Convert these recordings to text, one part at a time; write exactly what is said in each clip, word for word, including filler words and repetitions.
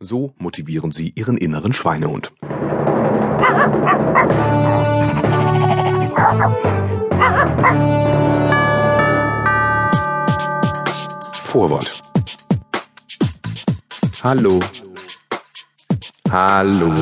So motivieren Sie Ihren inneren Schweinehund. Vorwort. Hallo. Hallo.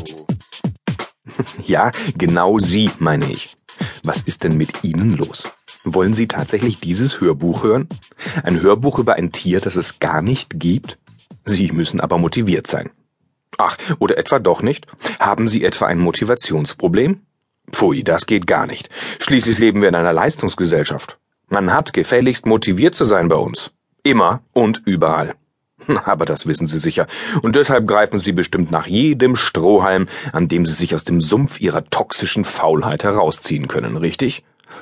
Ja, genau Sie, meine ich. Was ist denn mit Ihnen los? Wollen Sie tatsächlich dieses Hörbuch hören? Ein Hörbuch über ein Tier, das es gar nicht gibt? Sie müssen aber motiviert sein. Ach, oder etwa doch nicht? Haben Sie etwa ein Motivationsproblem? Pfui, das geht gar nicht. Schließlich leben wir in einer Leistungsgesellschaft. Man hat gefälligst motiviert zu sein bei uns. Immer und überall. Aber das wissen Sie sicher. Und deshalb greifen Sie bestimmt nach jedem Strohhalm, an dem Sie sich aus dem Sumpf Ihrer toxischen Faulheit herausziehen können, richtig?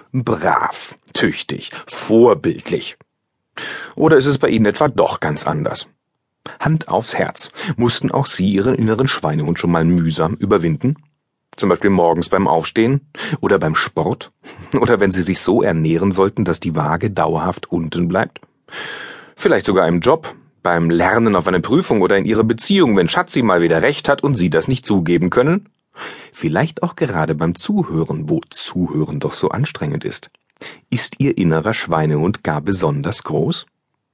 Brav, tüchtig, vorbildlich. Oder ist es bei Ihnen etwa doch ganz anders? Hand aufs Herz. Mussten auch Sie Ihren inneren Schweinehund schon mal mühsam überwinden? Zum Beispiel morgens beim Aufstehen? Oder beim Sport? Oder wenn Sie sich so ernähren sollten, dass die Waage dauerhaft unten bleibt? Vielleicht sogar im Job, beim Lernen auf eine Prüfung oder in Ihrer Beziehung, wenn Schatzi mal wieder recht hat und Sie das nicht zugeben können? Vielleicht auch gerade beim Zuhören, wo Zuhören doch so anstrengend ist. Ist Ihr innerer Schweinehund gar besonders groß?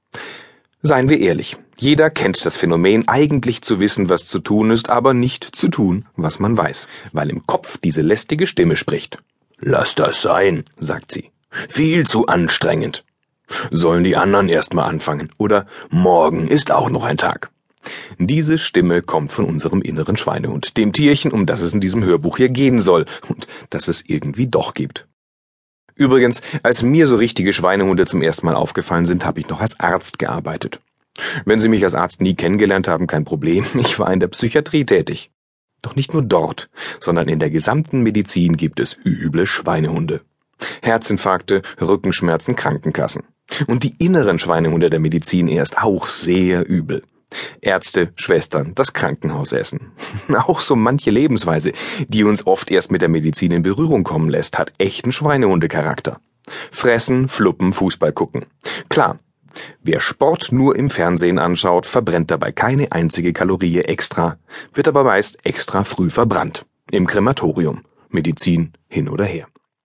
Seien wir ehrlich, jeder kennt das Phänomen, eigentlich zu wissen, was zu tun ist, aber nicht zu tun, was man weiß, weil im Kopf diese lästige Stimme spricht. Lass das sein, sagt sie. Viel zu anstrengend. Sollen die anderen erst mal anfangen, oder morgen ist auch noch ein Tag. Diese Stimme kommt von unserem inneren Schweinehund, dem Tierchen, um das es in diesem Hörbuch hier gehen soll und das es irgendwie doch gibt. Übrigens, als mir so richtige Schweinehunde zum ersten Mal aufgefallen sind, habe ich noch als Arzt gearbeitet. Wenn Sie mich als Arzt nie kennengelernt haben, kein Problem, ich war in der Psychiatrie tätig. Doch nicht nur dort, sondern in der gesamten Medizin gibt es üble Schweinehunde. Herzinfarkte, Rückenschmerzen, Krankenkassen. Und die inneren Schweinehunde der Medizin erst auch sehr übel. Ärzte, Schwestern, das Krankenhausessen. Auch so manche Lebensweise, die uns oft erst mit der Medizin in Berührung kommen lässt, hat echten Schweinehundecharakter. Fressen, fluppen, Fußball gucken. Klar, wer Sport nur im Fernsehen anschaut, verbrennt dabei keine einzige Kalorie extra, wird aber meist extra früh verbrannt. Im Krematorium. Medizin hin oder her.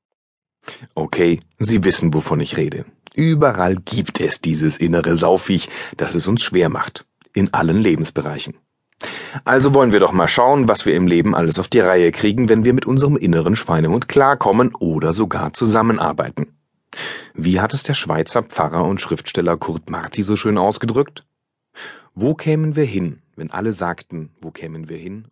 Okay, Sie wissen, wovon ich rede. Überall gibt es dieses innere Sauviech, das es uns schwer macht. In allen Lebensbereichen. Also wollen wir doch mal schauen, was wir im Leben alles auf die Reihe kriegen, wenn wir mit unserem inneren Schweinehund klarkommen oder sogar zusammenarbeiten. Wie hat es der Schweizer Pfarrer und Schriftsteller Kurt Marti so schön ausgedrückt? Wo kämen wir hin, wenn alle sagten, wo kämen wir hin